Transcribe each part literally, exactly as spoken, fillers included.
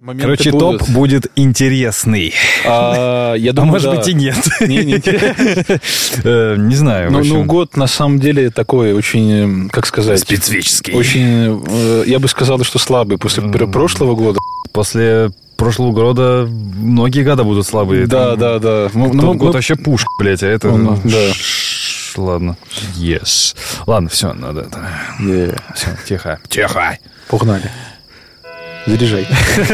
Моменты Короче, будут. топ будет интересный. А, я думаю, а может да. быть и нет. Не, не, Э, не знаю. в ну, общем, ну, год на самом деле такой очень, как сказать... специфический. Очень, э, я бы сказал, что слабый после пр- прошлого года. После прошлого года многие года будут слабые. Да, Там да, да. Мы- Тот ну, год мы- вообще пушка, блядь, а это... Он, да. Ш- Ладно. Yes. Ладно, все, надо... это- Не, Все, тихо. Тихо. погнали. Заряжай.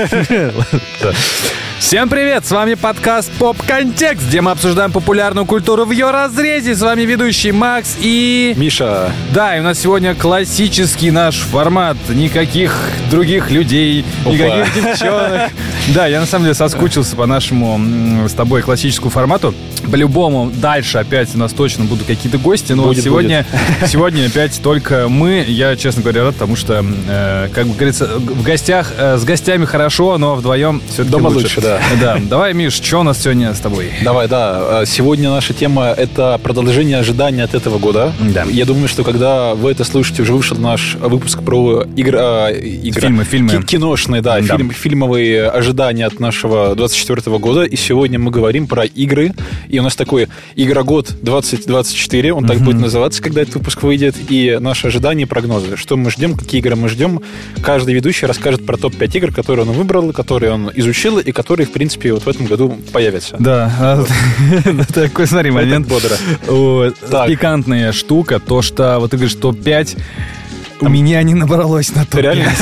Всем привет! С вами подкаст «Поп-контекст», где мы обсуждаем популярную культуру в ее разрезе. С вами ведущий Макс и... Миша. Да, и у нас сегодня классический наш формат. Никаких других людей, Опа. никаких девчонок. Да, я на самом деле соскучился по нашему м, с тобой классическому формату. По-любому дальше опять у нас точно будут какие-то гости. Но вот Будет, сегодня, сегодня опять только мы. Я, честно говоря, рад, потому что, э, как бы говорится, в гостях, э, с гостями хорошо, но вдвоем все-таки Дома лучше. лучше, да. Да, давай, Миш, что у нас сегодня с тобой? Давай, да. Сегодня наша тема – это продолжение ожидания от этого года. Да. Я думаю, что когда вы это слушаете, уже вышел наш выпуск про игра, игра, Фильмы, фильмы. ки- киношные, да, Да. Фильм, фильмовые ожидания от нашего двадцать четвёртого года. И сегодня мы говорим про игры. И у нас такой игрогод двадцать двадцать четыре, он так Мгм. будет называться, когда этот выпуск выйдет. И наши ожидания и прогнозы. Что мы ждем, какие игры мы ждем. Каждый ведущий расскажет про топ пять игр, которые он выбрал, которые он изучил и которые, в принципе, вот в этом году появятся. Да, а, такой, смотри, момент. Это бодро. Вот, Так. пикантная штука, то, что вот ты говоришь топ пять, у меня не набралось на топ пять. Реально?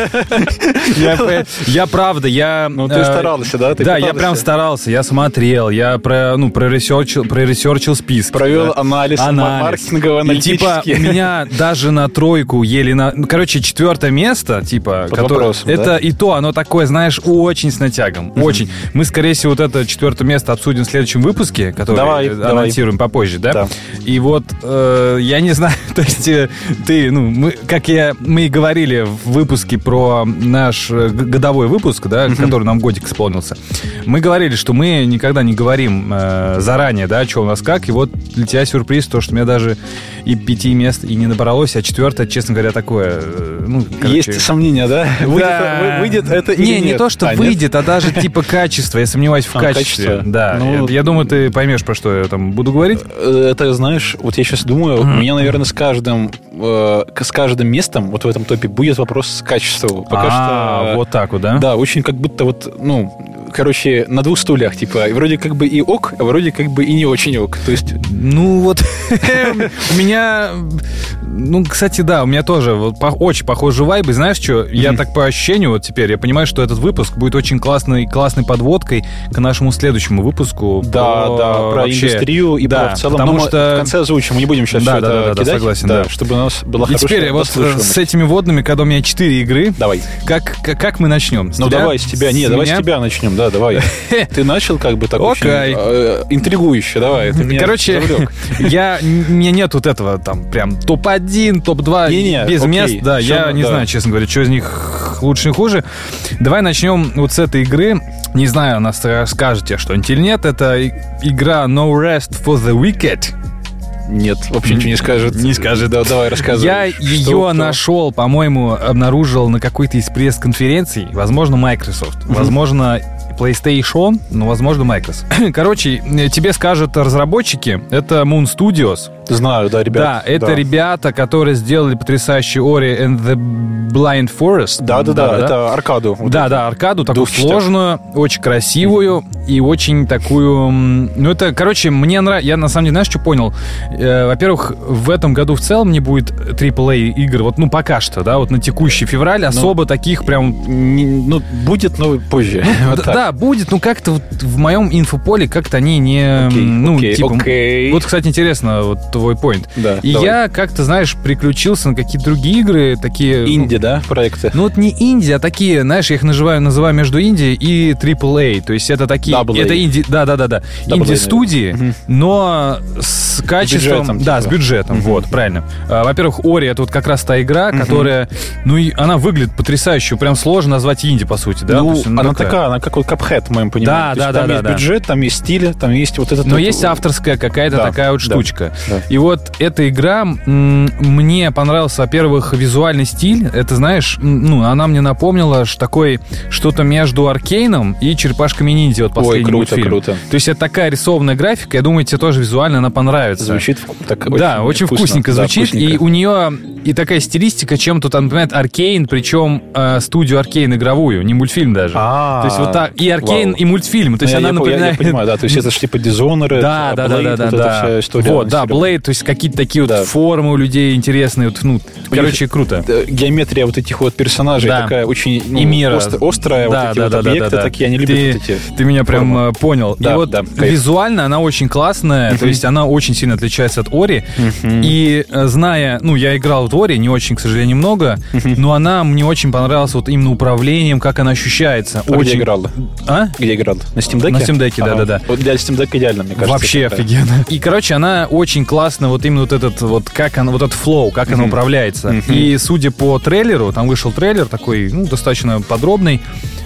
Я, пра- я правда, я... Ну, ты э, старался, да? Ты да, я пытался. прям старался, я смотрел, я про, ну, проресерчил, проресерчил списки. Провел да. анализ, Анализ. И типа маркетингово-аналитический. у меня даже на тройку еле на... Ну, короче, четвертое место, типа, Под которое... вопросом, это да? и то, оно такое, знаешь, очень с натягом. Очень. Мы, скорее всего, вот это четвертое место обсудим в следующем выпуске, который Давай, э, давай. анонсируем попозже, да? Да. И вот, э, я не знаю, то есть э, ты, ну, мы, как я, мы и говорили в выпуске про наш э, г- годовой выпуск, да, который нам годик исполнился, мы говорили, что мы никогда не говорим э, заранее, да, что у нас как, и вот для тебя сюрприз, то, что у меня даже и пяти мест и не набралось, а четвертое, честно говоря, такое, э, ну, короче... Есть сомнения, да? Выйдет, Да. вы- выйдет это или Не, нет? не то, что А, нет? выйдет, а даже типа качество. Я сомневаюсь в А, качестве. качество. Да. Ну, я, я думаю, ты поймешь, про что я там буду говорить. Э, Это, знаешь, вот я сейчас думаю, у меня, наверное, с каждым, э, с каждым местом вот в этом топе будет вопрос к качеству. Пока А, что... вот так вот, да? Да, очень как будто вот, ну, короче, на двух стульях, типа, и вроде как бы и ок, а вроде как бы и не очень ок. То есть, Ну вот у меня, ну, кстати, да, у меня тоже вот по- очень похожие вайбы. Знаешь что, я так по ощущению вот теперь, я понимаю, что этот выпуск будет очень классной, классной подводкой к нашему следующему выпуску. да, да, про вообще- индустрию и да, про в целом. потому Но мы что- в конце озвучим, мы не будем сейчас Да, все да, это да, да, кидать, согласен, да. чтобы у нас была И хорошая теперь вот э, дослушиваемость. с этими водными, когда у меня четыре игры, Давай. как, как, как мы начнем? С Ну тебя? давай с тебя, не, С давай меня? с тебя начнем, да, давай. Ты начал как бы так очень Окей. э, интригующе, давай. ты меня Короче, завлек. я, у меня нет вот этого там прям топ один, топ два Не-не, без окей. мест. Да, Всё, я не да. знаю, честно говоря, что из них лучше и хуже. Давай начнем вот с этой игры. Не знаю, нас скажете что-нибудь или нет. Это и- игра No Rest for the Wicked. Нет, вообще ничего не скажет. Не скажет. Да, давай, рассказывай. Я Что, ее кто? нашел, по-моему, обнаружил на какой-то из пресс-конференций. Возможно, Microsoft. Возможно, PlayStation, но, возможно, Microsoft. Короче, тебе скажут разработчики, это Moon Studios. Знаю, да, ребят. Да, это ребята, которые сделали потрясающий Ori and the Blind Forest. Да, да, да, это аркаду. Вот Да, это. да, аркаду такую Двухчастях. сложную, очень красивую и очень такую... м, Ну, это, короче, мне нравится... Я, на самом деле, знаешь, что понял? Э, Во-первых, в этом году в целом не будет трипл эй игр, вот, ну, пока что, да, вот на текущий февраль особо таких прям... Не- ну, будет, но позже. Вот Да, так. да, будет, ну, как-то вот в моем инфополе как-то они не... Окей, ну, окей, типа... окей. Вот, кстати, интересно, вот твой поинт. Да, И давай. я как-то, знаешь, приключился на какие-то другие игры, такие... Инди, да, проекты? Ну, вот не инди, а такие, знаешь, я их называю, называю между инди и трипл эй. То есть это такие... Double A. Это инди... Да-да-да-да. Double A, Инди-студии, наверное. Мгм. но с качеством... бюджетом, да, типа. с бюджетом, Мгм. вот, правильно. А, во-первых, Ori — это вот как раз та игра, которая... Ну, и она выглядит потрясающе. Прям сложно назвать инди, по сути, да? То Ну, есть она такая, она как вот Cuphead, в моем понимании. Да, То есть да, там да, есть да, да. бюджет, там есть стиль, там есть вот этот... Но вот- есть авторская какая-то Да, такая вот да, штучка. да. И вот эта игра м, мне понравился, во-первых, визуальный стиль. Это, знаешь, ну, она мне напомнила что такой, что-то между Аркейном и Черепашками-ниндзя, вот последний Ой, круто, мультфильм. круто. То есть это такая рисованная графика, я думаю, тебе тоже визуально она понравится. Звучит так Да, очень, очень вкусно. вкусненько Да, звучит. вкусненько. И у нее и такая стилистика чем-то там напоминает Аркейн, причем э, студию Аркейн игровую, не мультфильм даже. А, то есть вот так, и Аркейн, вау. и мультфильм. То есть Ну, я- она я, я- напоминает... я понимаю, да, то есть это же типа Dishonored, Да, да, да, Blade, да, да, вот эта да. вся история. Вот, да, Blade, то есть какие-то такие вот Да. формы у людей интересные, вот, ну, короче, круто. Э, Геометрия вот этих вот персонажей Да. такая очень ну, И мира. ост- острая, Да, вот эти да, вот да, да, объекты да, да. такие, они любят Ты- вот эти. Ты меня прям формы. э, понял. Да, и вот да, кайф. визуально она очень классная, то есть она очень сильно отличается от Ори. И э, зная, ну, я играл в Ори, не очень, к сожалению, много, но она мне очень понравилась вот именно управлением, как она ощущается. А очень... где играл? А? Где играл? На Steam Deck? На Steam Deck, да-да-да. Вот для Steam Deck идеально, мне кажется. Вообще это. офигенно. И, короче, она очень классно, вот именно вот этот, вот как она, вот этот флоу, как она управляется. И, судя по трейлеру, там вышел трейлер такой, ну, достаточно подробный,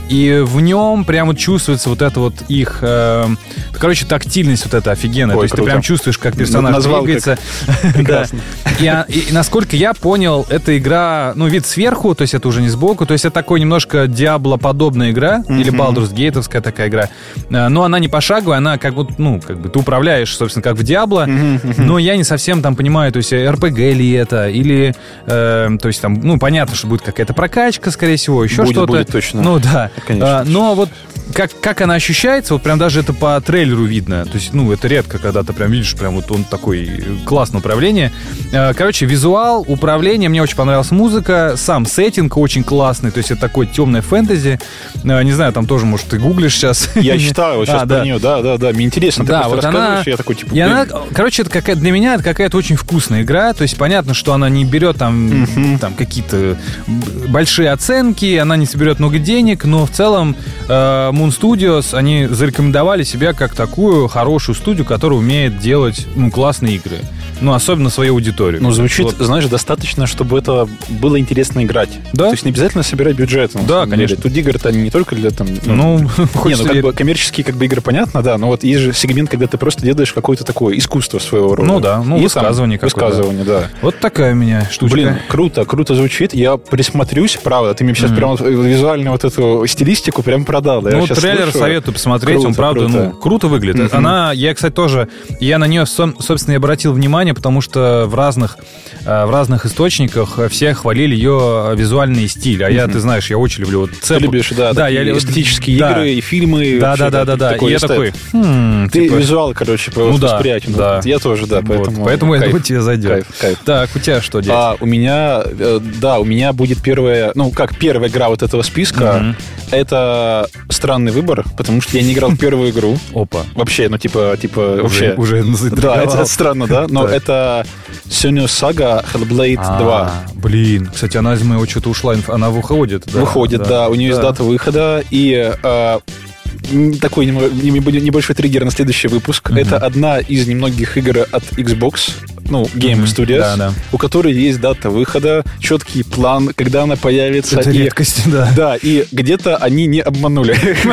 и в нем прямо чувствуется вот это вот их, э, короче, тактильность вот эта офигенная. Ой, То есть круто. ты прям чувствуешь, как персонаж Назвал двигается. как прекрасно. Да. И, а- и насколько я понял, эта игра, ну, вид сверху, то есть это уже не сбоку, то есть это такой немножко Диабло-подобная игра, или Baldur's Gate-овская такая игра. Э, Но она не пошаговая, она как вот, ну, как бы ты управляешь, собственно, как в Диабло, но я не совсем там понимаю, то есть эр пи джи ли это, или, э, то есть там, ну, понятно, что будет какая-то прокачка, скорее всего, еще Будет, что-то. будет точно. Ну, да. Конечно. А, но вот как, как она ощущается, вот прям даже это по трейлеру видно. То есть, ну, это редко, когда ты прям видишь, прям вот он такой классное управление. А, Короче, визуал, управление, мне очень понравилась музыка, сам сеттинг очень классный, то есть это такое темное фэнтези. А, Не знаю, там тоже, может, ты гуглишь сейчас. Я читаю вот сейчас А, про да. нее, да, да, да, мне интересно, ты Да, просто вот она, рассказываешь, я такой, типа, и она, блин, короче, это какая для меня это какая-то очень вкусная игра. То есть понятно, что она не берет там, там какие-то б- большие оценки, она не соберет много денег, но в целом э, Moon Studios, они зарекомендовали себя как такую хорошую студию, которая умеет делать, ну, классные игры. Ну, особенно свою аудиторию. ну, звучит, Вот. знаешь, достаточно, чтобы это было интересно играть. Да. То есть не обязательно собирать бюджет. на Да, самом деле. конечно. Тут игры-то не только для там... Ну, не, хочется ну, как верить. бы коммерческие как бы игры, понятно, да, но вот есть же сегмент, когда ты просто делаешь какое-то такое искусство своего рода. Ну да, ну, И высказывание там какое-то. Высказывание, да. Вот такая у меня штучка. Блин, круто, круто звучит. Я присмотрюсь, правда. Ты мне сейчас прям вот визуально вот эту стилистику прям продал. Я Ну, щас трейлер слушаю. советую посмотреть, он, Круто, правда, круто. ну, круто выглядит. Мгм. Она, я, кстати, тоже, я на нее, сом- собственно, и обратил внимание, потому что в разных, э, в разных источниках все хвалили ее визуальный стиль, а я, ты знаешь, я очень люблю вот Ты цепу. любишь, да, да, такие я лю- эстетические да. игры и фильмы. и Да, вообще, да, да, да, ты да. такой И я эстет. такой, хм, Ты типа, визуал, короче, по ну да, восприятию. да. Вот я тоже, да, вот. поэтому... Поэтому я кайф, думаю, тебе зайдет. Кайф, кайф. Так, у тебя что, дядь? А, у меня, э, да, у меня будет первая, ну, как первая игра вот этого списка. Мгм. Это странный выбор, потому что я не играл в первую игру. Опа. Вообще, ну, типа, типа, вообще... Уже, уже Да, заинтриговал. это, это странно, да? Но Так. это Senua's Saga Hellblade два. А, блин, кстати, она из моего что-то ушла, инф- она выходит. Да, Выходит, да, у нее есть Да. дата выхода, и э, м, такой немо- не- небольшой триггер на следующий выпуск. Это одна из немногих игр от Xbox, ну, Game Мгм. Studios, Да, да. у которой есть дата выхода, четкий план, когда она появится. Это и- редкость, да. Да, и где-то они не обманули.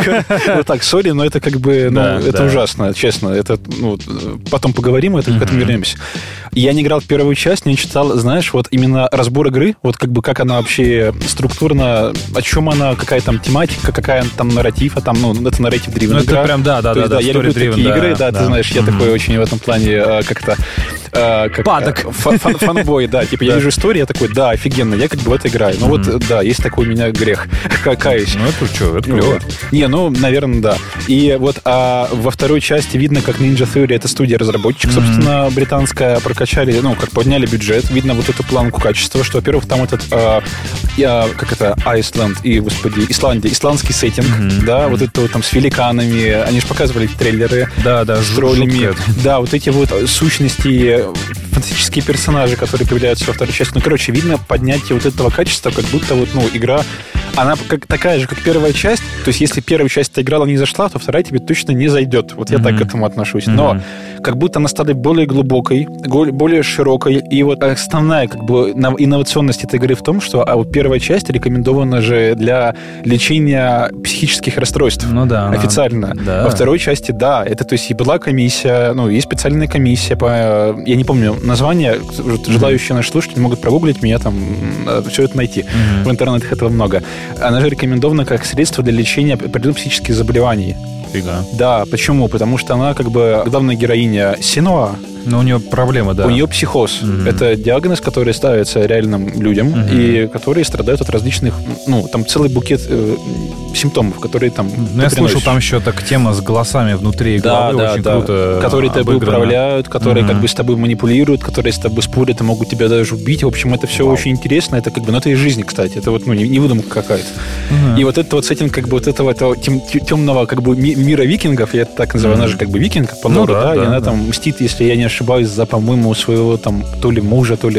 Вот так, сори, но это как бы, ну, Да, это да. ужасно, честно. Это, ну, потом поговорим, это к этому вернемся. Я не играл в первую часть, не читал, знаешь, вот именно разбор игры, вот как бы как она вообще структурно, о чем она, какая там тематика, какая там нарратив, а там, ну, это нарратив Ну, driven это игра. прям, да, да, То да, есть, да, я люблю story-driven, такие да, игры, да, да. ты знаешь, я Мгм. такой очень в этом плане э, как-то... э, как, Падок. э, фан- фан- Фанбой, да, типа я Да. вижу историю, я такой, да, офигенно, я как бы в это играю. Ну вот, э, да, есть такой у меня грех, каюсь. Ну, это что, это Ну, клево. вот. Не, ну, наверное, да. И вот а, во второй части видно, как Ninja Theory, это студия-разработчик, собственно, британская, прокачали, ну, как подняли бюджет, видно вот эту планку качества, что, во-первых, там этот, а, я, как это, Айсланд и, господи, Исландия, исландский сеттинг, да, вот это вот там с великанами, они же показывали трейлеры, Да, да, с жу- троллями, жутко это. да, вот эти вот сущности, фантастические персонажи, которые появляются во второй части. Ну, короче, видно поднятие вот этого качества, как будто вот, ну, игра она как, такая же, как первая часть. То есть, если первая часть ты играла, не зашла, то вторая тебе точно не зайдет. Вот я mm-hmm. так к этому отношусь. Mm-hmm. Но как будто она стала более глубокой, более широкой. И вот основная как бы инновационность этой игры в том, что а вот первая часть рекомендована же для лечения психических расстройств. Ну да. Официально. Да. Во второй части, да, это то есть и была комиссия, ну, есть специальная комиссия по... Я не помню название, желающие наши слушатели могут прогуглить меня, там все это найти. Mm-hmm. В интернете этого много. Она же рекомендована как средство для лечения определенных психических заболеваний. Фига. Да, почему? Потому что она как бы главная героиня Синуа. Но у нее проблема, да. У нее психоз. Mm-hmm. Это диагноз, который ставится реальным людям, mm-hmm. и которые страдают от различных, ну, там целый букет э, симптомов, которые там... Ну, я слышал, там еще так тема с голосами внутри да, головы да, очень да. круто которые тобой управляют, которые mm-hmm. как бы с тобой манипулируют, которые с тобой спорят и могут тебя даже убить. В общем, это все wow. очень интересно. Это как бы, ну, это из жизни, кстати. Это вот, ну, не, не выдумка какая-то. Mm-hmm. И вот это вот сеттинг как бы вот этого, этого тем, темного как бы мира викингов, я это так называю, mm-hmm. она же как бы викинг по лору, ну, да, да, и да, она да. там мстит, если я не ошибаюсь, за, по-моему, своего там то ли мужа, то ли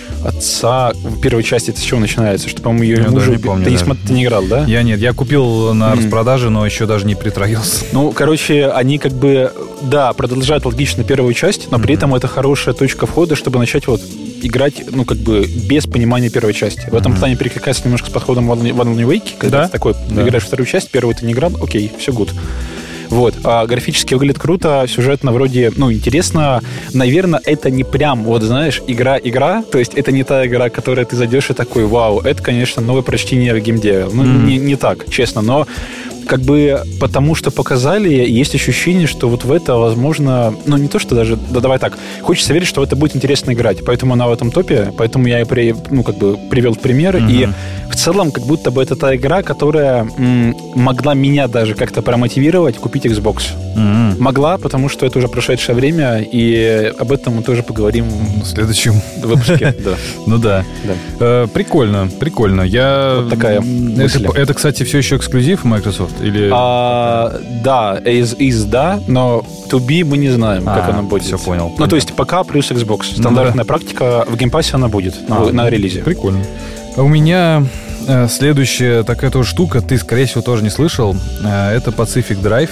отца. В первой части это с чего начинается? Что, по-моему, ее я мужа... Не помню, ты, да. не смотри, ты не играл, да? Я нет, я купил на mm. распродаже, но еще даже не притроился. Ну, короче, они как бы, да, продолжают логично первую часть, но mm-hmm. при этом это хорошая точка входа, чтобы начать вот играть, ну, как бы без понимания первой части. В этом mm-hmm. плане перекликается немножко с подходом в Alan Wake, когда да? ты такой, да. играешь вторую часть, первую ты не играл, окей, все гуд. Вот. А графически выглядит круто, сюжетно вроде, ну, интересно. Наверное, это не прям, вот, знаешь, игра-игра. То есть это не та игра, которая ты зайдешь и такой, вау, это, конечно, новое прочтение в геймдеве. Ну, mm-hmm. не, не так, честно, но как бы потому что показали, есть ощущение, что вот в это, возможно, ну, не то, что даже, да давай так, хочется верить, что в это будет интересно играть, поэтому она в этом топе, поэтому я и, при, ну, как бы привел пример, mm-hmm. и в целом, как будто бы это та игра, которая м, могла меня даже как-то промотивировать купить Xbox. Mm-hmm. Могла, потому что это уже прошедшее время, и об этом мы тоже поговорим в следующем выпуске. Ну да. Прикольно, прикольно. Я... Такая мысль. Это, кстати, все еще эксклюзив Microsoft? Или... А, да, as is, да, но to be мы не знаем, а, как она будет. Все понял. Ну, понятно. То есть пока плюс Xbox. Стандартная ну, да. практика в геймпассе она будет а, на, на релизе. Прикольно. А у меня э, следующая такая тоже штука, ты, скорее всего, тоже не слышал. Э, это Pacific Drive.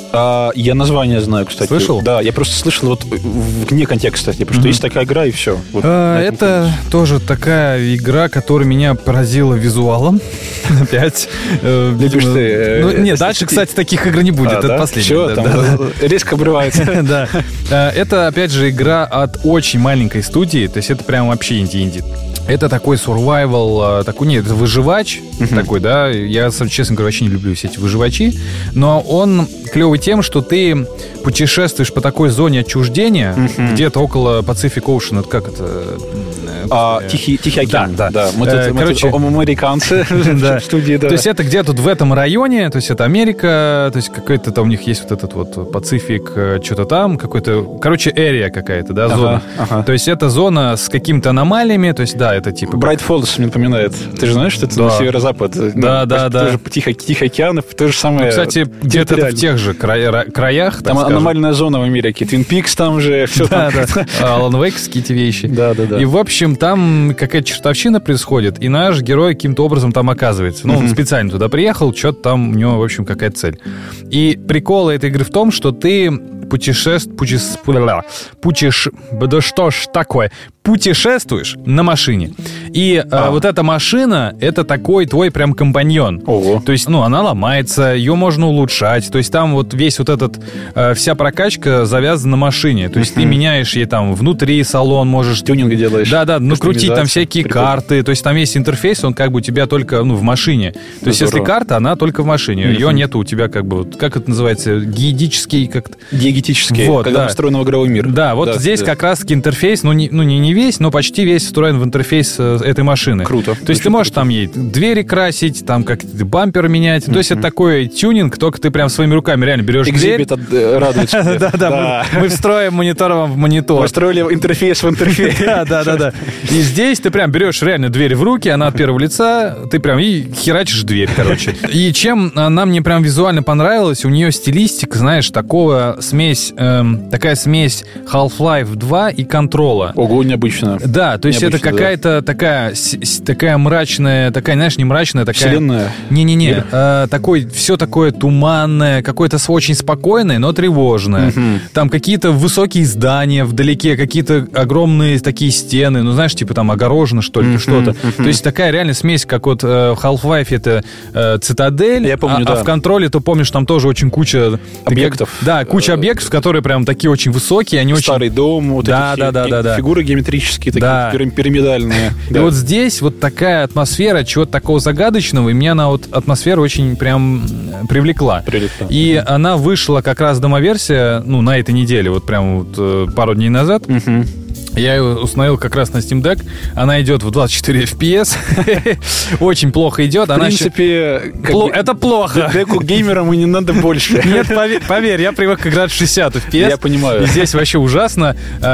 А, я название знаю, кстати. Слышал? Да, я просто слышал вот вне контекста, типа, что mm-hmm. есть такая игра и все. Вот а, это контексте. Тоже такая игра, которая меня поразила визуалом. Опять. Любишь ты. Ну, нет, дальше, кстати, таких игр не будет. Это последний. Все, там резко обрывается. Да. Это, опять же, игра от очень маленькой студии, то есть это прям вообще инди-инди. Это такой survival, такой, нет, это выживач uh-huh. такой, да. Я, честно говоря, вообще не люблю все эти выживачи, но он клевый тем, что ты путешествуешь по такой зоне отчуждения, uh-huh. где-то около Pacific Ocean, это как это... А, Тихий, Тихий океан. Да, да. да. Мы, тут, мы Короче, тут американцы в студии, да. То есть это где-то в этом районе, то есть это Америка, то есть какой-то там у них есть вот этот вот Пацифик, что-то там, какой-то, короче, area какая-то, да, зона. Ага, ага. То есть это зона с какими-то аномалиями, то есть, да, это типа... Bright Falls мне напоминает. Ты же знаешь, что это да. на северо-запад? Да, ну, да, да. Тоже Тихий, Тихий океан, то же самое... Ну, кстати, где-то в тех же края, краях, там аномальная зона в Америке. Твин Пикс там же, все да, там. Да, да. Алан Вейкские эти вещи. Да, да, да. И, в общем, там какая-то чертовщина происходит, и наш герой каким-то образом там оказывается. Ну, он mm-hmm. специально туда приехал, что-то там у него, в общем, какая-то цель. И прикол этой игры в том, что ты путешествуешь... Путеш... Путеш... Да что ж такое? Путешествуешь на машине. И а. э, вот эта машина, это такой твой прям компаньон. Ого. То есть, ну, она ломается, ее можно улучшать. То есть там вот весь вот этот, э, вся прокачка завязана на машине. То есть mm-hmm. ты меняешь ей там внутри салон, можешь... Тюнинг делаешь. Да-да, ну, крутить там всякие Прикольно. карты. То есть там весь интерфейс, он как бы у тебя только, ну, в машине. То Здорово. есть если карта, она только в машине. Mm-hmm. Ее нету у тебя как бы, вот, как это называется, диегетический как-то... Диегетический, вот, когда да. встроен в игровой мир. Да, вот да, здесь да. как раз-таки интерфейс, ну не, ну, не, не весь, но почти весь встроен в интерфейс э, этой машины. Круто. То есть ты можешь круто. там ей двери красить, там как-то бампер менять. Mm-hmm. То есть это такой тюнинг, только ты прям своими руками реально берешь дверь. Exhibit радует тебя. Да-да, мы встроим монитор вам в монитор. Мы встроили интерфейс в интерфейс. Да-да-да. И здесь ты прям берешь реально дверь в руки, она от первого лица, ты прям и херачишь дверь, короче. И чем она мне прям визуально понравилась, у нее стилистика, знаешь, такого смесь, такая смесь Half-Life два и Контрола. Ого, необычно. необычно. Да, то есть необычно, это какая-то да. такая, такая мрачная, такая, знаешь, не мрачная, такая... Вселенная? Не-не-не, э, такой, все такое туманное, какое-то очень спокойное, но тревожное. Угу. Там какие-то высокие здания вдалеке, какие-то огромные такие стены, ну, знаешь, типа там огорожено, что ли, угу, что-то. Угу. То есть такая реально смесь, как вот э, в Half-Life это э, цитадель, Я помню, а, да. а в контроле, ты помнишь, там тоже очень куча... Объектов. Как, да, куча объектов, которые прям такие очень высокие, они Старый очень... дом, вот да, эти да, да, да, да. фигуры геометрические, такие да. пирамидальные. И да. вот здесь вот такая атмосфера, чего-то такого загадочного, и меня она вот атмосфера очень прям привлекла. Привлекла. И она вышла как раз демоверсия, ну, на этой неделе, вот прям вот пару дней назад. Угу. Я ее установил как раз на Steam Deck. Она идет в двадцать четыре эф пи эс. Очень плохо идет. В принципе... Это плохо. Деку геймерам и не надо больше. Нет, поверь, я привык играть в шестьдесят эф пи эс. Я понимаю. И здесь вообще ужасно.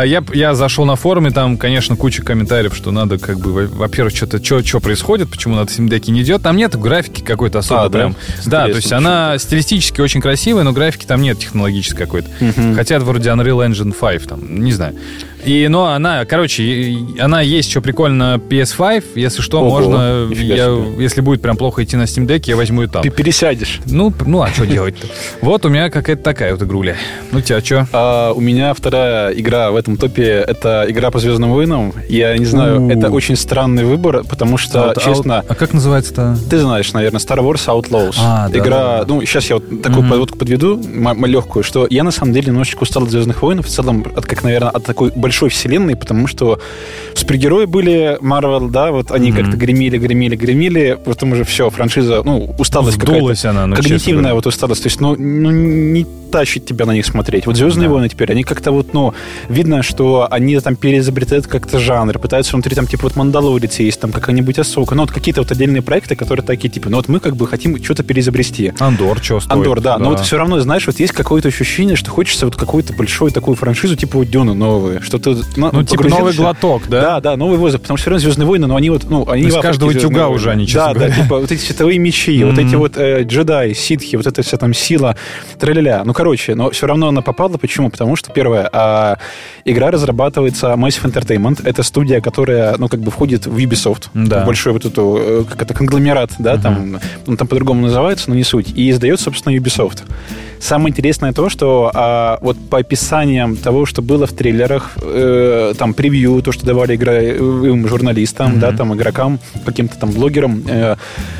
Я зашел на форуме, там, конечно, куча комментариев, что надо как бы, во-первых, что-то, что происходит, почему на Steam Deck не идет. Там нет графики какой-то особо прям. Да, то есть она стилистически очень красивая, но графики там нет технологической какой-то. Хотя вроде Unreal Engine пять, там, не знаю. И, но она, короче, она есть что прикольно на пи эс пять. Если что, Ого, можно, я, если будет прям плохо идти на Steam Deck, я возьму и там. Ты пересядешь. Ну, ну а что делать-то? Вот у меня какая-то такая вот игруля. Ну, у тебя что? А, у меня вторая игра в этом топе, это игра по Звездным войнам. Я не знаю, У-у-у. это очень странный выбор, потому что, а, честно... А, а как называется-то? Ты знаешь, наверное, Star Wars Outlaws. А, да, игра, да, да. ну, сейчас я вот такую mm-hmm. подводку подведу, м- легкую, что я на самом деле немножечко устал от Звездных войн, в целом, от, как, наверное, от такой большой вселенной, потому что супергерои были Marvel, да, вот они mm-hmm. как-то гремели, гремели, гремели, потом уже все, франшиза, ну, усталость Вдулась какая-то, она, ну, когнитивная вот усталость, то есть, ну, ну, не тащит тебя на них смотреть. Вот «Звездные да. войны» теперь, они как-то вот, ну, видно, что они там переизобретают как-то жанр, пытаются внутри там, типа, вот «Мандалорец» есть, там какая-нибудь «Асока», ну, вот какие-то вот отдельные проекты, которые такие, типа, ну, вот мы как бы хотим что-то переизобрести. «Андор» что стоит? «Андор», да, да, но вот все равно, знаешь, вот есть какое-то ощущение, что хочется вот какую-то большую такую франшизу, типа вот «Дюна» новые, что ты... Ну, ну типа новый глоток, да? Да, да, новый воздух, потому что все равно «Звездные войны», но они вот, ну, они... Из каждого утюга уже они, честно Да, говоря. да, типа вот эти световые мечи, вот эти вот джедаи, ситхи, вот эта вся там сила, тра-ля-ля. Ну, короче, но все равно она попала. Почему? Потому что, первое, а, игра разрабатывается Massive Entertainment. Это студия, которая, ну, как бы входит в Ubisoft. Да. В большой вот эту, как это, конгломерат, да, uh-huh. там, он там по-другому называется, но не суть. И издает, собственно, Ubisoft. Самое интересное то, что а, вот по описаниям того, что было в трейлерах, э, там, превью, то, что давали игра, э, журналистам, uh-huh. да, там, игрокам, каким-то там блогерам, э,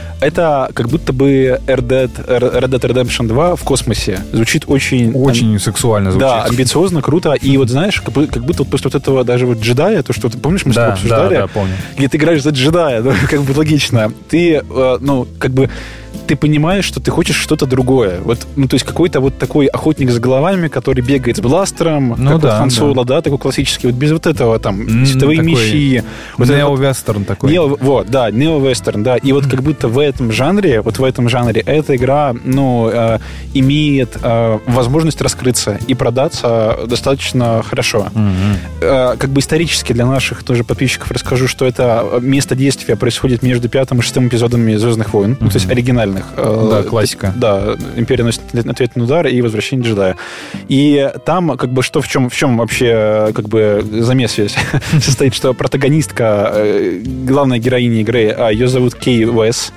это как будто бы Red Dead, Red Dead Redemption два в космосе. Звучит очень... Очень ам... сексуально звучит. Да, амбициозно, круто. И вот знаешь, как, бы, как будто вот после вот этого даже вот джедая, то, что ты помнишь, мы с тобой да, обсуждали, да, да, помню. где ты играешь за джедая, ну, как бы логично. Ты, э, ну, как бы ты понимаешь, что ты хочешь что-то другое. Вот, ну, то есть какой-то вот такой охотник с головами, который бегает с бластером, ну, как да, Хан Соло, да. да, такой классический, вот без вот этого там mm, световые мечи. Вот нео-вестерн вот, такой. Нео, вот, да, нео-вестерн, да. И вот как будто в этом жанре, вот в этом жанре эта игра, ну, э, имеет э, возможность раскрыться и продаться достаточно хорошо. Mm-hmm. Э, как бы исторически для наших тоже подписчиков расскажу, что это место действия происходит между пятым и шестым эпизодами «Звездных войн», mm-hmm. ну, то есть оригинальных. Да, классика. Да, «Империя носит ответный удар» и «Возвращение джедая». И там, как бы, что в чем, в чем вообще, как бы, замес весь состоит, что протагонистка, главная героиня игры, ее зовут Кей Уэс,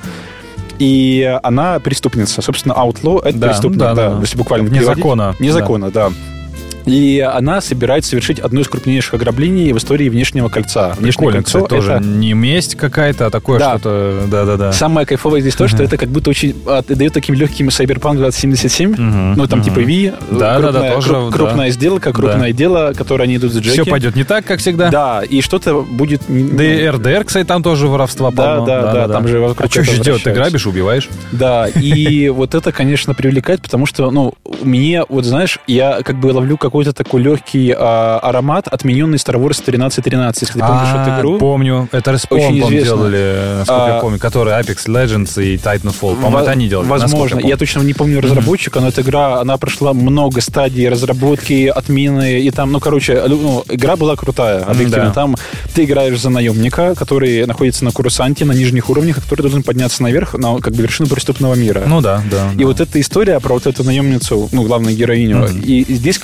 и она преступница. Собственно, outlaw — это да, преступник, да, да, да. если буквально вне закона. Вне закона, да. И она собирается совершить одно из крупнейших ограблений в истории Внешнего кольца. Внешнее кольцо — это тоже не месть какая-то, а такое да. что-то... Да-да-да. Самое кайфовое здесь uh-huh. то, что это как будто очень отдает таким легким Cyberpunk двадцать семьдесят семь. Uh-huh. Ну, там uh-huh. типа Ви, да, крупная, да, да, тоже, круп, да. крупная сделка, крупное да. дело, которое они идут с Джеки. Все пойдет не так, как всегда. Да, и что-то будет... Да и эр дэ эр, кстати, там тоже воровства полно. Да, да, да, там же вокруг а что еще делать? Ты грабишь, убиваешь. Да, и вот это, конечно, привлекает, потому что, ну, мне, вот знаешь, я как бы ловлю какой-то такой легкий аромат, отмененный Star Wars тринадцать тринадцать, если ты помнишь эту игру. Помню. Это Respawn, по-моему, делали, насколько я помню, которые Apex Legends и Titanfall. По-моему, это они делали. Возможно. Я точно не помню разработчика, но эта игра, она прошла много стадий разработки, отмены, и там, ну, короче, ну, игра была крутая, объективно. Там ты играешь за наемника, который находится на Курусанте, на нижних уровнях, который должен подняться наверх, на, как бы, вершину преступного мира. Ну да, да. И вот эта история про вот эту наемницу, ну, главную героиню, и здесь как будто взяли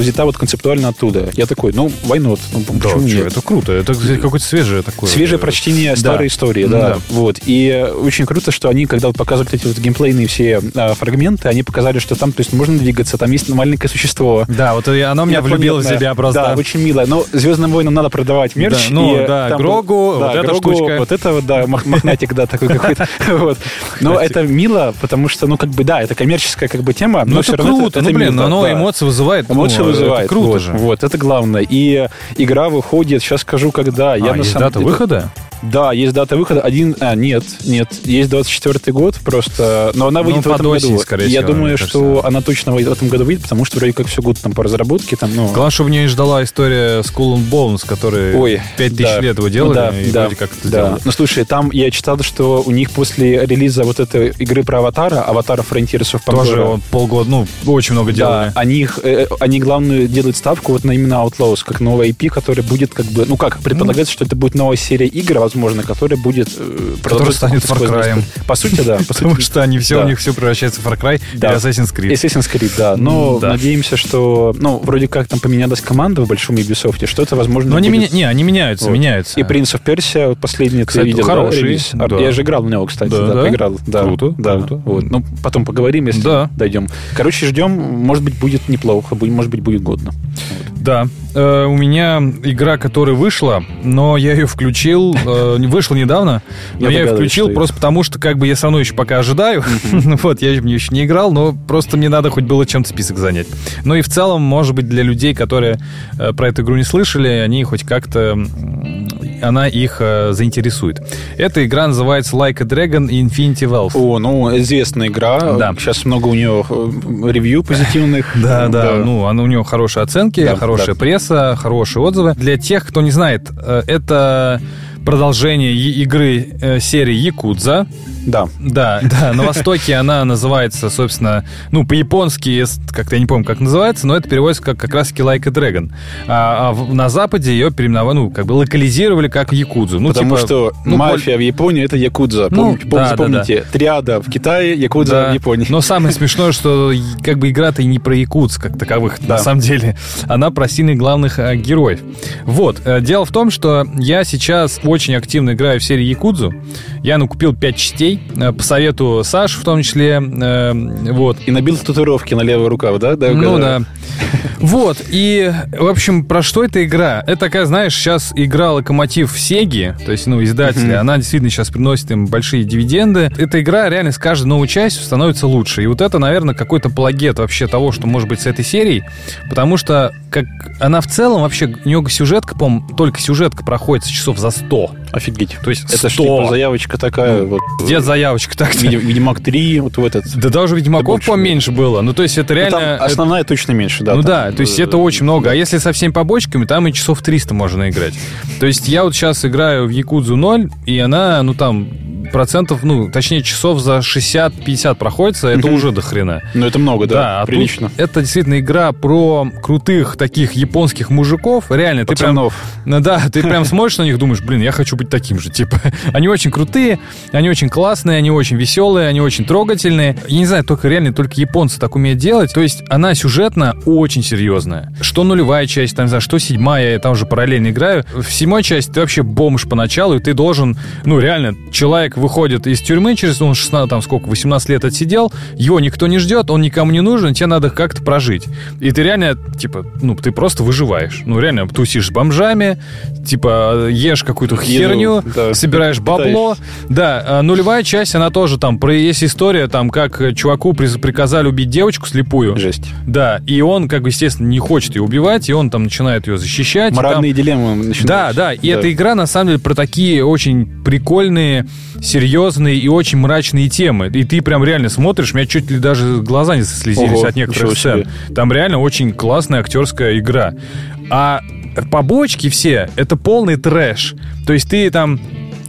взята вот концептуально оттуда. Я такой, ну, why not? Ну, да, почему что, нет? Это круто. Это какое-то свежее такое. Свежее прочтение старой да. истории, да. да. Вот. И очень круто, что они, когда вот показывали эти вот геймплейные все а, фрагменты, они показали, что там, то есть, можно двигаться, там есть маленькое существо. Да, вот оно меня влюбило в себя просто. Да, очень мило. Но «Звездным войнам» надо продавать мерч. Да, ну, и да, Грогу, да, вот эта Грогу, штучка. Вот это вот, да, мохнатик, да, такой какой-то. Вот. Но это мило, потому что, ну, как бы, да, это коммерческая как бы тема, но ну, все это равно круто, это, ну, блин, мило, оно да. эмоции вызывает. Эмоции ну, вызывает. Это круто вот, же. Вот, это главное. И игра выходит, сейчас скажу, когда. А, я есть на самом дата деле... выхода? Да, есть дата выхода. Один, а, нет, нет, есть двадцать четвёртый год просто, но она выйдет ну, в этом осень, году. скорее Я всего, думаю, что кажется. она точно в этом году выйдет, потому что вроде как все год там по разработке. Там, ну... Главное, чтобы меня не ждала история Skull and Bones, которые Ой, пять тысяч да. лет его делали, Ну, да, и да, вроде как это да. делали. Ну, слушай, там я читал, что у них после релиза вот этой игры про Аватара, Аватара Frontiers of Pandora, Тоже он полгода, ну, очень много делали. да, они, их, э, они главную делают ставку вот на именно Outlaws, как новая ай пи, которая будет как бы, ну как, предполагается, что это будет новая серия игр, возможно, которая будет... Э, Который станет Far Cry'ем. По сути, да. По Потому сути, что они все, да. у них все превращается в Far Cry Да. и Assassin's Creed. Assassin's Creed, да. Но Да. надеемся, что... Ну, вроде как там поменялась команда в большом Ubisoft, что это, возможно, Но они, будет... меня... не, они меняются, Вот. меняются. И Prince of Persia, вот последний, Кстати, ты видел, хороший, да, релиз? да. Я же играл в него, кстати, Да, да, да? поиграл. Да, Круто, да. круто. Вот. Ну, потом поговорим, если Да. дойдем. Короче, ждем, может быть, будет неплохо, будет, может быть, будет годно. Вот. Да. Э, у меня игра, которая вышла, но я ее включил, э, вышла недавно, но я, Я ее включил что просто потому, что как бы я со мной еще пока ожидаю. Вот, я в нее еще не играл, но просто мне надо хоть было чем-то список занять. Ну и в целом, может быть, для людей, которые э, про эту игру не слышали, они хоть как-то... м, она их э, заинтересует. Эта игра называется Like a Dragon Infinity Wealth. О, ну, известная игра. Да. Сейчас много у нее э, ревью позитивных. Да, да, ну, она, у нее хорошие оценки, Да, хорошая да. пресса, хорошие отзывы. Для тех, кто не знает, э, это продолжение и- игры э, серии Якудза. Да. Да, да, на Востоке она называется, собственно, ну, по-японски, ес- как-то я не помню, как называется, но это переводится как как раз-таки Like a Dragon. А, а в- на Западе ее переименовали, ну, как бы локализировали как Якудзу. Ну, Потому типа, что ну, мафия в Японии — это якудза. Ну, Помните, да, запомните, триада в Китае, якудза Да. в Японии. Но самое смешное, что и- как бы игра-то и не про якутск как таковых, Да. на самом деле. Она про сильных главных э, героев. Вот. э, Дело в том, что я сейчас очень активно играю в серии Якудзу. Я накупил пять частей, э, по совету Саши в том числе. э, Вот. И набил татуировки на левый рукав, да? Да, Ну да. Вот, и, в общем, про что эта игра? Это такая, знаешь, сейчас игра локомотив Сеги, то есть, ну, издатели, Мгм. она действительно сейчас приносит им большие дивиденды. Эта игра реально с каждой новой частью становится лучше. И вот это, наверное, какой-то плагиат вообще того, что может быть с этой серией, потому что как она в целом вообще, у нее сюжетка, по-моему, только сюжетка проходит часов за сто. Офигеть. То есть Это ж сто. типа заявочка такая, вот. Где заявочка так-то? Видим- Ведьмак три, вот в этот. Да даже Ведьмаков больше поменьше было. Ну, то есть это Ну, реально... там основная точно меньше, да. Ну там, да, то есть э, это очень много. А если со всеми побочками, там и часов триста можно играть. То есть я вот сейчас играю в Якудзу ноль, и она, ну там, процентов, ну, точнее, часов за шестьдесят-пятьдесят проходится, это Мгм. уже до хрена. Ну, это много, да, а прилично. тут это действительно игра про крутых таких японских мужиков. Реально, ты прям... Пацанов. Ну да, ты прям смотришь на них, думаешь, блин, я хочу быть таким же. Типа, они очень крутые, они очень классные, они очень веселые, они очень трогательные. Я не знаю, только реально, только японцы так умеют делать. То есть она сюжетно очень серьезная. Что нулевая часть, там, не знаю, что седьмая, я там уже параллельно играю. В седьмой части ты вообще бомж поначалу, и ты должен, ну реально, человек выходит из тюрьмы через, он шестнадцать, там сколько, восемнадцать лет отсидел, его никто не ждет, он никому не нужен, тебе надо как-то прожить. И ты реально, типа, ну, ты просто выживаешь. Ну, реально, тусишь с бомжами, типа, ешь какую-то Еду, херню, да, собираешь бабло. Да, а нулевая часть, она тоже там, про есть история, там, как чуваку приз- приказали убить девочку слепую. Жесть. Да, и он, как бы, естественно, не хочет ее убивать, и он там начинает ее защищать. и там- Моральные дилеммы начинаются. Да, да, и эта игра, на самом деле, про такие очень прикольные, серьезные и очень мрачные темы. И ты прям реально смотришь, у меня чуть ли даже глаза не слезились Ого, от некоторых ничего сцен. себе. Там реально очень классная актерская игра. А побочки все — это полный трэш. То есть ты там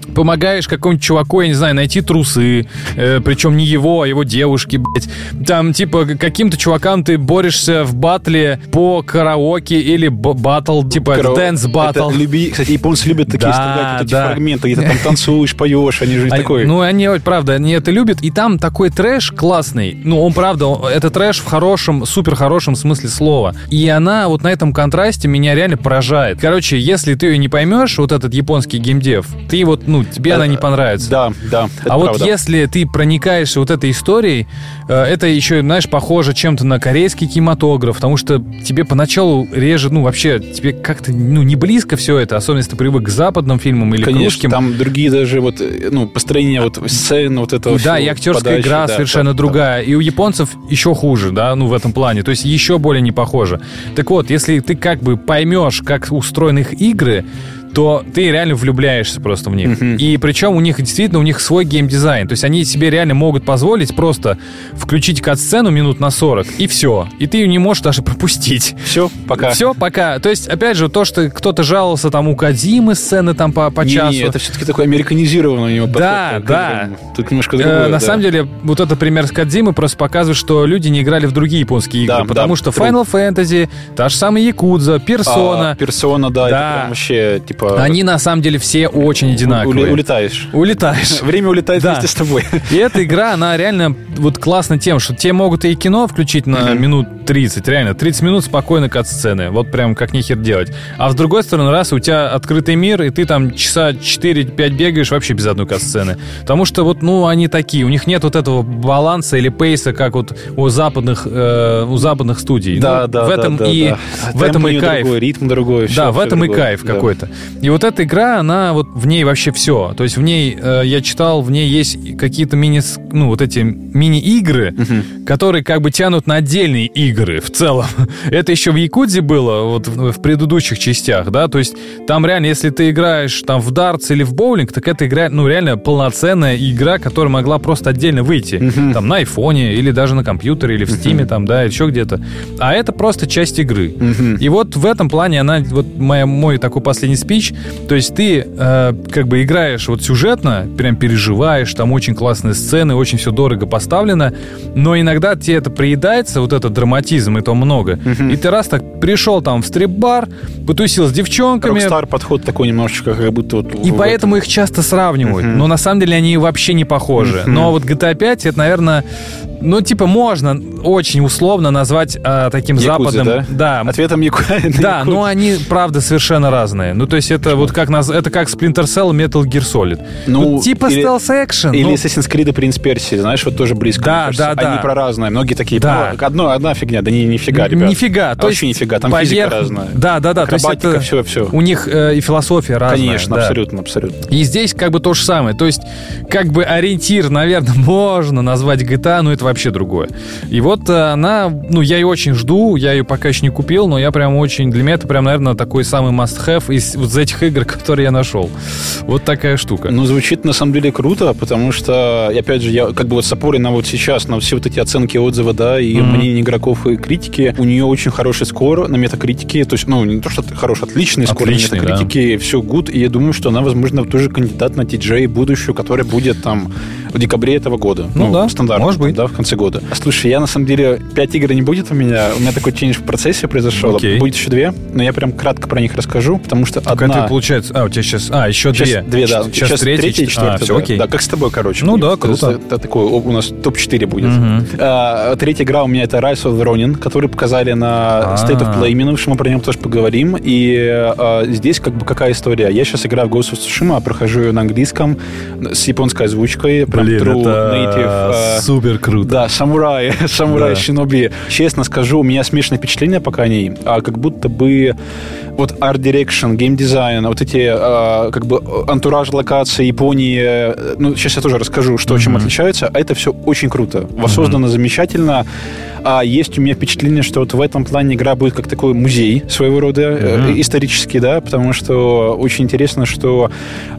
помогаешь какому-нибудь чуваку, я не знаю, найти трусы, э, причем не его, а его девушки, блядь. Там, типа, каким-то чувакам ты борешься в батле по караоке или б- батл, типа, Карао... дэнс батл. Люби... Кстати, японцы любят такие Да, вставлять вот эти да. фрагменты, где ты там танцуешь, поешь, они же А, такой... Ну, они, правда, они это любят. И там такой трэш классный. Ну, он, правда, он- это трэш в хорошем, супер хорошем смысле слова. И она вот на этом контрасте меня реально поражает. Короче, если ты ее не поймешь, вот этот японский геймдев, ты вот, ну, тебе она не понравится. Да, да, это А вот правда. если ты проникаешься вот этой историей, э, это еще, знаешь, похоже чем-то на корейский кинематограф, потому что тебе поначалу режет, ну, вообще, тебе как-то, ну, не близко все это, особенно если ты привык к западным фильмам или к Конечно, русским. там другие даже вот, ну, построение вот сцен, вот этого Да, всего, и актерская подачи, игра да, совершенно да, другая. И у японцев еще хуже, да, ну, в этом плане. То есть еще более не похоже. Так вот, если ты как бы поймешь, как устроены их игры, то ты реально влюбляешься просто в них. Мгм. И причем у них действительно у них свой геймдизайн. То есть они себе реально могут позволить просто включить кат-сцену минут на сорок, и все. И ты ее не можешь даже пропустить. Все, пока. Все, пока. То есть, опять же, то, что кто-то жаловался там у Кодзимы сцены там по, по Не, часу. не, это все-таки такой американизированный у него подход Да, к да. играм. Тут немножко Э, другое, на да. самом деле, вот этот пример с Кодзимой просто показывает, что люди не играли в другие японские игры, Да, потому да, что true. Final Fantasy, та же самая Якудза, Персона, А, персона, да, Да. это прям вообще, типа... они на самом деле все очень ули- одинаковые. улетаешь. Улетаешь. Время улетает Да. вместе с тобой. И эта игра, она реально вот класна тем, что тебе могут и кино включить на Мгм. минут тридцать, реально, тридцать минут спокойно кат-сцены, вот прям как нихер делать. А с другой стороны, раз у тебя открытый мир, и ты там часа четыре-пять бегаешь вообще без одной кат-сцены. Потому что вот, ну, они такие, у них нет вот этого баланса или пейса, как вот у западных, э, у западных студий. Да, Ну, да, в да, этом да, и да. в этом Темп у и неё кайф. другой, ритм другой. всё- Да, в всё этом и другое, кайф да. какой-то. И вот эта игра, она вот в ней вообще все. То есть в ней, э, я читал, в ней есть какие-то мини, ну вот эти мини-игры, Мгм. которые как бы тянут на отдельные игры в целом. Это еще в Якудзе было, вот в, в предыдущих частях, да, то есть там реально, если ты играешь там в дартс или в боулинг, так это игра, ну реально полноценная игра, которая могла просто отдельно выйти, Мгм. там на айфоне или даже на компьютере или в стиме там, да, еще где-то. А это просто часть игры. Мгм. И вот в этом плане она, вот моя, мой такой последний спич, то есть ты э, как бы играешь вот сюжетно, прям переживаешь, там очень классные сцены, очень все дорого поставлено, но иногда тебе это приедается, вот этот драматизм, этого много, Мгм. и ты раз так пришел там в стрип-бар, потусил с девчонками, Рокстар подход такой немножечко, как будто вот... и в- поэтому их часто сравнивают. Мгм. Но на самом деле они вообще не похожи. Мгм. Но вот джи ти эй пять, это, наверное, ну, типа, можно очень условно назвать а, таким Якудзы, западным... да? Ответом Яку... Да, но они, правда, совершенно разные. Ну, то есть это вот как наз... это как Splinter Cell, Metal Gear Solid. Ну, Ну, типа или- стелс-экшен. Или ну, Assassin's Creed и Принц Персии, знаешь, вот тоже близко. Да, мне кажется. да, да. Они про разное. Многие такие, Да. «Ну, одно, одна фигня, да не, нифига, ребят. Нифига. То Вообще есть нифига, там физика поверх- разная. Да, да, да. То есть Акробатика, это все, все. у них э, и философия разная. Конечно, да. абсолютно, абсолютно. И здесь как бы то же самое. То есть, как бы ориентир, наверное, можно назвать джи ти эй, но это вообще другое. И вот э, она, ну, я ее очень жду, я ее пока еще не купил, но я прям очень, для меня это прям, наверное, такой самый must-have из вот из этих игр, которые я нашел. Вот такая штука. Ну, звучит на самом деле круто, потому что, и опять же, я как бы вот с опорой на вот сейчас, на все вот эти оценки, отзывы, да, и Мгм. мнения игроков и критики, у нее очень хороший скор на метакритике, то есть, ну, не то, что хороший, отличный скор Отличный, на метакритике, все good, и я думаю, что она, возможно, тоже кандидат на ти джей будущую, который будет там в декабре этого года. Ну да, стандартно, может быть. да, в конце года. Слушай, я на самом деле, пять игр не будет у меня, у меня такой чейндж в процессе произошел, Окей. будет еще две, но я прям кратко про них расскажу, потому что Так одна... это получается... А, у тебя сейчас... А, еще Сейчас две. две, да. Сейчас, третья, третья и четвертая. А, все, да. окей. Да, как с тобой, короче. Ну будет. да, круто. Это, это такой, о, у нас топ четыре будет. Мгм. А, третья игра у меня это Rise of the Ronin, который показали на А. State of Play, минувшем, мы про него тоже поговорим. И а, здесь как бы какая история? Я сейчас играю в Ghost of Tsushima, прохожу ее на английском с японской озвучкой. Прям Блин, true это native. а, супер круто. Да, самурай, самурай, Да. шиноби. Честно скажу, у меня смешанное впечатление пока о ней. А, как будто бы вот Art Direction, Game Design, вот эти а, как бы антураж локации Японии, э, ну, сейчас я тоже расскажу, что чем Мгм. отличается. Это все очень круто. Воссоздано замечательно. А есть у меня впечатление, что вот в этом плане игра будет как такой музей своего рода, mm-hmm. э, исторический, да, потому что очень интересно, что э,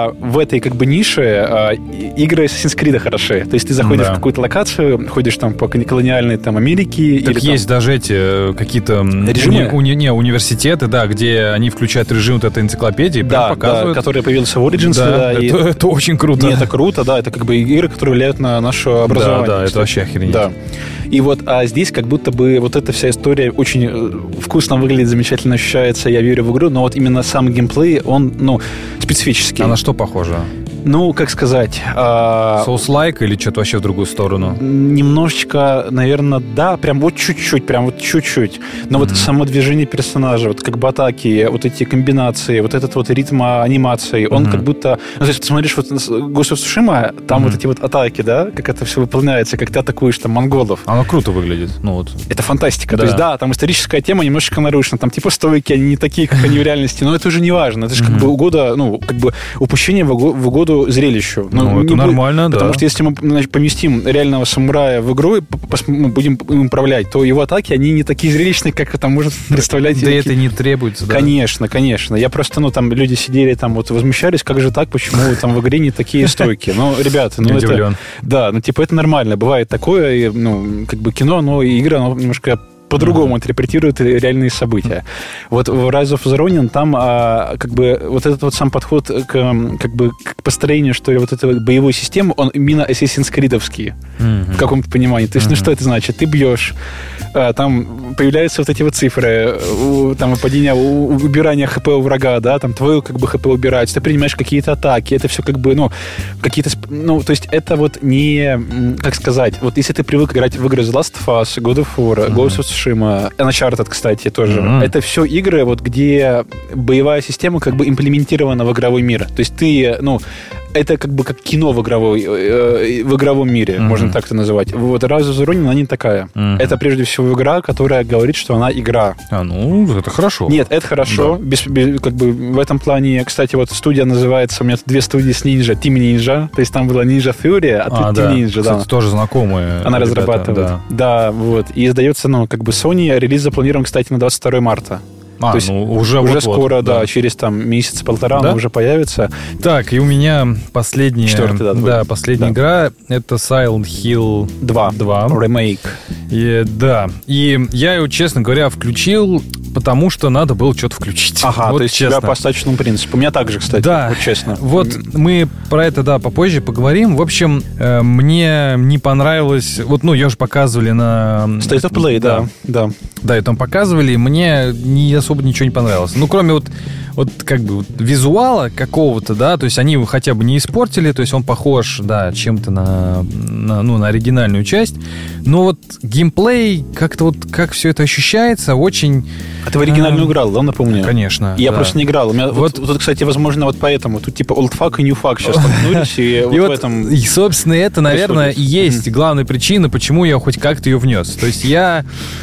в этой как бы нише э, игры Assassin's Creed хороши. То есть ты заходишь да. в какую-то локацию, ходишь там по колониальной там Америке. Так или, есть там... даже эти какие-то режимы? Уни, уни, не, университеты, да, где они включают режим вот этой энциклопедии, да, показывают. Да, который появился в Origins. Да, да, это, и... это очень круто. Не, это круто, да, это как бы игры, которые влияют на наше образование. Да, да, это вообще охренеть. Да. И вот, а здесь как будто бы вот эта вся история очень вкусно выглядит, замечательно ощущается, я верю в игру, но вот именно сам геймплей, он, ну, специфический. А на что похоже? Ну, как сказать... Souls-like или что-то вообще в другую сторону? Немножечко, наверное, да, прям вот чуть-чуть, прям вот чуть-чуть. Но mm-hmm. вот само движение персонажа, вот как бы атаки, вот эти комбинации, вот этот вот ритм анимации, он mm-hmm. как будто... Ну, то есть, ты смотришь вот Ghost of Tsushima, там mm-hmm. вот эти вот атаки, да, как это все выполняется, как ты атакуешь там монголов. Оно круто выглядит. Ну, вот. Это фантастика. Да. То есть, да, там историческая тема немножечко нарушена, там типа стойки, они не такие, как они в реальности, но это уже не важно. Это же mm-hmm. как бы угода, ну, как бы упущение в угоду зрелищу. Ну, ну это нормально, будет, да. Потому что если мы, значит, поместим реального самурая в игру и мы будем им управлять, то его атаки, они не такие зрелищные, как это может представлять. Да это не требуется, да. Конечно, конечно. Я просто, ну, там люди сидели, там вот возмущались, как же так, почему там в игре не такие стойки. Ну, ребята, ну это... Да, ну, типа, это нормально. Бывает такое, и, ну, как бы кино, но и игра, оно немножко... по-другому mm-hmm. интерпретирует реальные события. Mm-hmm. Вот в Rise of the Ronin там а, как бы вот этот вот сам подход к, как бы, к построению, что ли, вот этой вот боевой системы, он именно Assassin's Creed-овский mm-hmm. в каком-то понимании. То есть, mm-hmm. ну что это значит? Ты бьешь, а, там появляются вот эти вот цифры, у, там падение, у, убирание ХП у врага, да, там твою как бы ХП убирать, ты принимаешь какие-то атаки, это все как бы, ну, какие-то, ну, то есть это вот не, как сказать, вот если ты привык играть в игры The Last of Us, God of War, mm-hmm. Ghost of Tsushima, Uncharted, кстати, тоже. Mm-hmm. Это все игры, вот, где боевая система как бы имплементирована в игровой мир. То есть ты, ну, это как бы как кино в, игровой, э, в игровом мире, mm-hmm. можно так это называть. Вот Rise of the Ronin, она не такая. Mm-hmm. Это прежде всего игра, которая говорит, что она игра. А, ну, это хорошо. Нет, это хорошо. Да. Без, без, как бы в этом плане, кстати, вот студия называется, у меня две студии с Ninja, Team Ninja, то есть там была Ninja Theory, а, а тут да. Team Ninja. Кстати, да. тоже знакомые. Она ребята, разрабатывает. Да. да, вот. И издается, ну, как бы Sony, релиз запланирован, кстати, на двадцать второе марта. А, то есть ну уже, уже вот, скоро, вот, да, да, через там месяц-полтора да? она уже появится. Так, и у меня последняя, Четвертый, да, да, последняя да. игра, это Silent Hill два. Ремейк. И, да, и я его, честно говоря, включил, потому что надо было что-то включить. Ага, вот то есть честно. тебя по остаточному принципу. У меня так же, кстати, да, вот честно. Вот мы про это, да, попозже поговорим. В общем, э, мне не понравилось... Вот, ну, ее же показывали на... State of Play, да. Да, да. да, это показывали, и мне не особо ничего не понравилось. Ну, кроме вот, вот как бы вот, визуала какого-то, да, то есть они его хотя бы не испортили, то есть он похож, да, чем-то на, на, ну, на оригинальную часть, но вот геймплей, как-то вот, как все это ощущается, очень... А ты в оригинальную а, играл, да, напомню? Конечно. Я да. просто не играл. У меня вот, вот, вот, кстати, возможно, вот поэтому. Тут типа old fuck и new fuck сейчас столкнулись, и вот в этом... И, собственно, это, наверное, и есть главная причина, почему я хоть как-то ее внес. То есть я...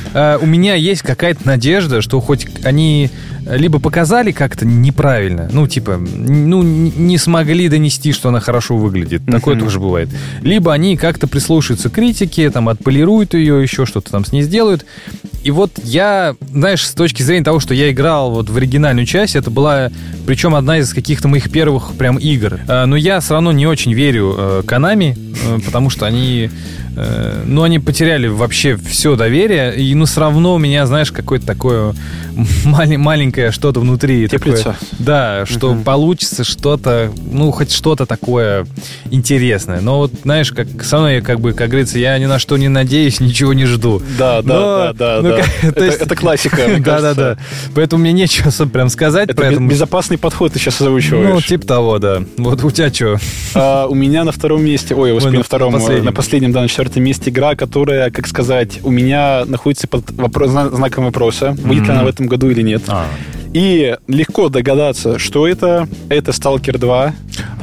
У меня есть какая-то надежда, что хоть они либо показали как-то неправильно, ну, типа, ну, не смогли донести, что она хорошо выглядит. Такое тоже бывает. Либо они как-то прислушаются к критике, там, отполируют ее, еще что-то там с ней сделают. И вот я, знаешь, с точки зрения того, что я играл вот в оригинальную часть, это была, причем одна из каких-то моих первых прям игр. Но я все равно не очень верю Konami, потому что они... Ну, они потеряли вообще все доверие, и, ну, все равно у меня, знаешь, какое-то такое мал- маленькое что-то внутри. Теплица. Такое, да, что uh-huh. получится что-то, ну, хоть что-то такое интересное. Но вот, знаешь, как со мной, как бы, как говорится, я ни на что не надеюсь, ничего не жду. Да, да, Но, да, да, ну, да. Как, это, есть, это классика, мне да, да, да. Поэтому мне нечего особо прям сказать. Это поэтому... безопасный подход ты сейчас озвучиваешь. Ну, типа того, да. Вот у тебя что? А, у меня на втором месте, ой, ой на втором, последнем. на последнем, да, на четвертом месте игра, которая, как сказать, у меня находится под вопрос, знаком вопроса, выйдет mm-hmm. ли она в этом году или нет. А. И легко догадаться, что это. Это Stalker два.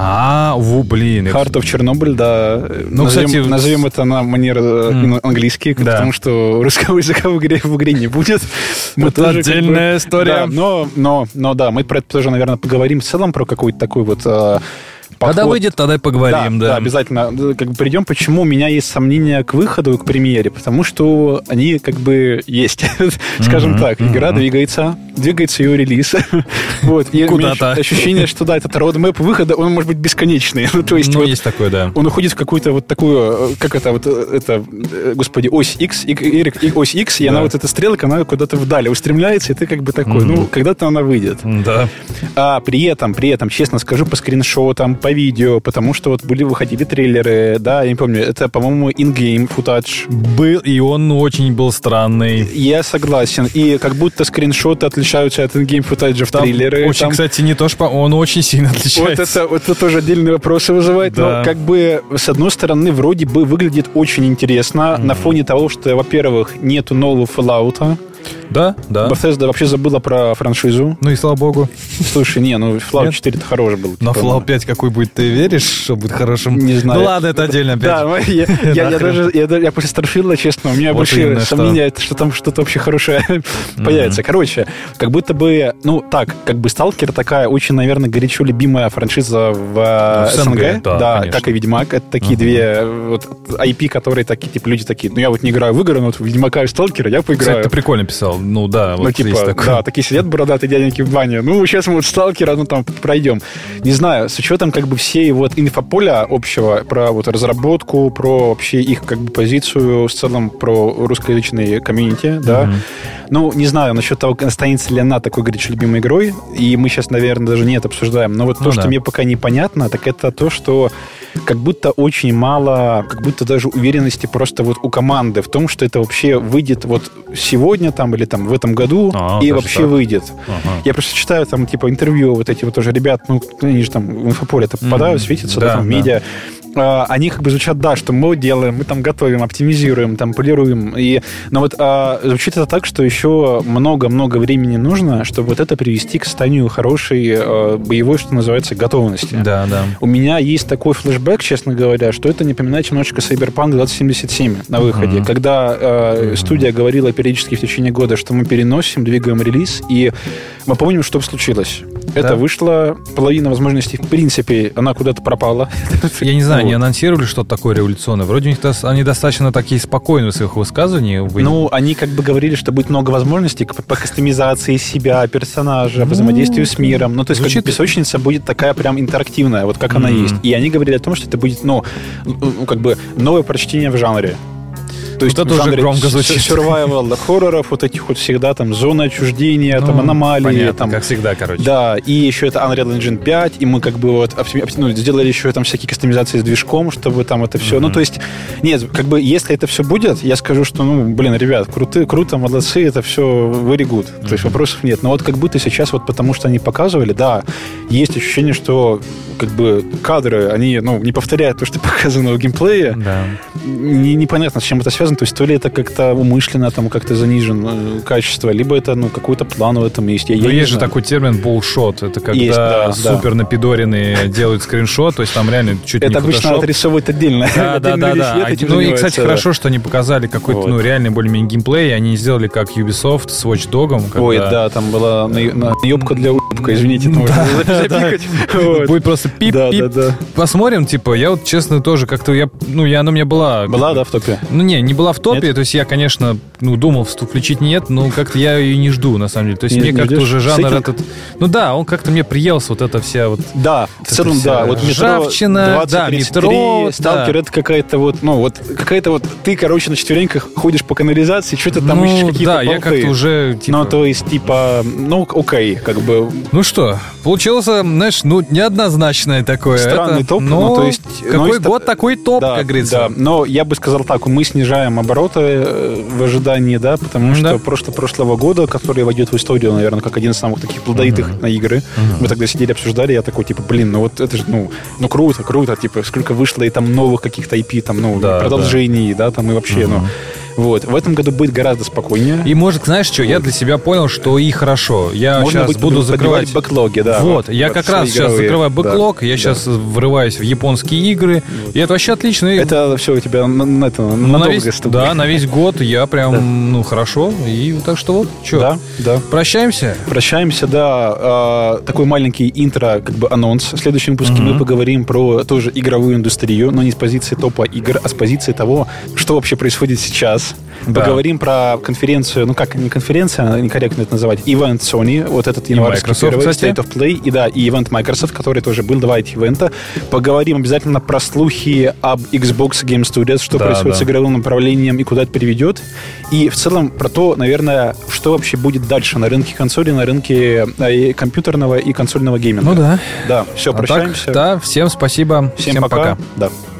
А, во, блин. Heart of Chernobyl, да. Ну, назовем, кстати... назовем это на манер mm. английский, да. потому что русского языка в игре, в игре не будет. Это отдельная как бы, история. Да, но, но, но да, мы про это тоже, наверное, поговорим в целом, про какой-то такой вот... подход. Когда выйдет, тогда и поговорим, да. Да, да, обязательно как бы придем. Почему у меня есть сомнения к выходу, к премьере? Потому что они как бы есть. Скажем так, игра двигается, двигается ее релиз. Вот. И куда-то. Ощущение, что да, этот роудмэп выхода, он может быть бесконечный. То есть, ну, вот есть такое, да. Он уходит в какую-то вот такую, как это, вот это, господи, ось X, Y, ось X, и да. она вот эта стрелка, она куда-то вдали устремляется, и ты как бы такой, mm-hmm. ну, когда-то она выйдет. Да. А при этом, при этом, честно скажу, по скриншотам, по видео, потому что вот были, выходили трейлеры, да, я не помню, это, по-моему, in-game footage. Был, и он очень был странный. Я согласен. И как будто скриншоты отличаются от in-game footage в трейлеры. Очень, там... кстати, не то, что он очень сильно отличается. Вот это, вот это тоже отдельные вопросы вызывает. Да. Но как бы, с одной стороны, вроде бы выглядит очень интересно mm-hmm. на фоне того, что, во-первых, нету нового Fallout. Да, да. Bethesda вообще забыла про франшизу. Ну и слава богу. Слушай, не, ну Fallout четыре это хороший был. Но Fallout пять какой будет, ты веришь, что будет хорошим? Не знаю. Ну ладно, это отдельно опять. Да, я, я, я даже, я, я после Starfield, честно, у меня вот больше сомнения, что... что там что-то вообще хорошее mm-hmm. появится. Короче, как будто бы, ну так, как бы Stalker такая очень, наверное, горячо любимая франшиза в, в СНГ. Да, да как и Ведьмак. Это такие uh-huh. две вот, ай пи, которые такие, типа, люди такие, ну я вот не играю в игры, но вот в Ведьмака и Сталкера я поиграю. Кстати, ты прикольно писал. Ну да, вот ну, типа, такой. Да, такие сидят бородатые дяденьки в бане. Ну, сейчас мы вот Сталкера, ну, там, пройдем. Не знаю, с учетом, как бы, всей вот инфополя общего про вот разработку, про вообще их, как бы, позицию, в целом про русскоязычные комьюнити, да. Mm-hmm. Ну, не знаю насчет того, останется ли она такой горячо любимой игрой, и мы сейчас, наверное, даже не это обсуждаем, но вот ну, то, да. что мне пока непонятно, так это то, что как будто очень мало, как будто даже уверенности просто вот у команды в том, что это вообще выйдет вот сегодня там или там в этом году а, и вообще так. выйдет. Ага. Я просто читаю там типа интервью вот эти вот тоже ребят, ну, они же там в инфополе-то попадают, mm-hmm. светятся, да, да, там, в медиа. Да. Они как бы звучат, да, что мы делаем, мы там готовим, оптимизируем, там полируем. И, но вот а, звучит это так, что еще много-много времени нужно, чтобы вот это привести к состоянию хорошей а, боевой, что называется, готовности. Да, да. У меня есть такой флешбэк, честно говоря, что это напоминает немножечко Cyberpunk двадцать семьдесят семь на выходе, uh-huh. когда а, uh-huh. студия говорила периодически в течение года, что мы переносим, двигаем релиз, и мы помним, что случилось. Это да. вышло, половина возможностей, в принципе, она куда-то пропала. Я не знаю, они анонсировали что-то такое революционное. Вроде у них они достаточно такие спокойные в своих высказываниях. Ну, они как бы говорили, что будет много возможностей по кастомизации себя, персонажа, по взаимодействию с миром. Ну, то есть, как бы песочница будет такая прям интерактивная, вот как mm-hmm. она есть. И они говорили о том, что это будет, ну, как бы новое прочтение в жанре. То есть вот это уже громко звучит. Survival, хорроров, вот этих вот всегда там зоны отчуждения, ну, там аномалии. Понятно, там, как всегда, короче. Да, и еще это Unreal Engine пять, и мы как бы вот ну, сделали еще там всякие кастомизации с движком, чтобы там это все... Mm-hmm. Ну, то есть, нет, как бы если это все будет, я скажу, что, ну, блин, ребят, круты, круто, молодцы, это все very good. Mm-hmm. То есть вопросов нет. Но вот как будто сейчас вот потому, что они показывали, да, есть ощущение, что как бы кадры, они, ну, не повторяют то, что показано в геймплее. Да. Не, непонятно, с чем это связано. То есть то ли это как-то умышленно там как-то занижен э, качество, либо это, ну, какой-то план в этом есть. Я, ну, я есть же такой термин bullshot. Это когда есть, да, супер да. напидоренные делают скриншот, то есть там реально чуть это не обычно фотошоп. отрисовывает отдельно. Да, да, да. да. Ну и, кстати, хорошо, что они показали какой-то, вот. ну, реальный более-менее геймплей. Они сделали как Ubisoft с Watch Dog'ом. Когда... Ой, да, там была наебка для уебка, извините. Будет просто пип-пип. Посмотрим, типа, я вот, честно, тоже как-то, я, ну, я, она у меня была... Была, да, в топе? Ну, не, не была в топе, нет? То есть я, конечно, ну, думал включить, нет, но как-то я ее не жду, на самом деле. То есть не, мне как-то уже жанр Сейкинг? этот... Ну да, он как-то мне приелся, вот эта вся вот... Да, в целом, да. Вот ржавчина, да, метро... Сталкер, да. это какая-то вот, ну, вот, какая-то вот... Ты, короче, на четвереньках ходишь по канализации, что-то там ну, ищешь какие-то да, болты. я как-то уже, типа... Ну, то есть, типа, ну, окей, как бы... Ну что, получилось, знаешь, ну, неоднозначное такое. Странный это, топ, но... ну, то есть... Какой ну, год, такой топ, да, как говорится. Да, но я бы сказал так, мы снижаем обороты в ожидании, да, потому что да. прошло, прошлого года, который войдет в историю, наверное, как один из самых таких плодовитых uh-huh. на игры, uh-huh. мы тогда сидели, обсуждали, я такой, типа, блин, ну вот это же, ну, ну круто, круто, типа, сколько вышло и там новых каких-то ай пи, там, ну, да, продолжений, да. да, там и вообще, uh-huh. ну... Вот. В этом году будет гораздо спокойнее. И, может, знаешь что, я для себя понял, что и хорошо. Я Можно сейчас буду закрывать... бэклоги, да. Вот, я вот как раз сейчас игровые. закрываю бэклог, да, я да. сейчас врываюсь в японские игры, вот. И это вообще отлично. Это все у тебя на, на, это, ну, надолго на весь, да, на весь год я прям, да. ну, хорошо. И так что вот, что, да, да. прощаемся? Прощаемся, да. А, такой маленький интро, как бы анонс. В следующем выпуске mm-hmm. мы поговорим про тоже игровую индустрию, но не с позиции топа игр, а с позиции того, что вообще происходит сейчас. Да. Поговорим про конференцию, ну как, не конференция, некорректно это называть, ивент Sony, вот этот январский первый, State of Play, и да, и ивент Microsoft, который тоже был, два эти ивента. Поговорим обязательно про слухи об Xbox Game Studios, что да, происходит да. с игровым направлением и куда это приведет. И в целом про то, наверное, что вообще будет дальше на рынке консолей, на рынке и компьютерного и консольного гейминга. Ну да. Да, все, а прощаемся. Так, да, всем спасибо. Всем, всем пока. пока. Да.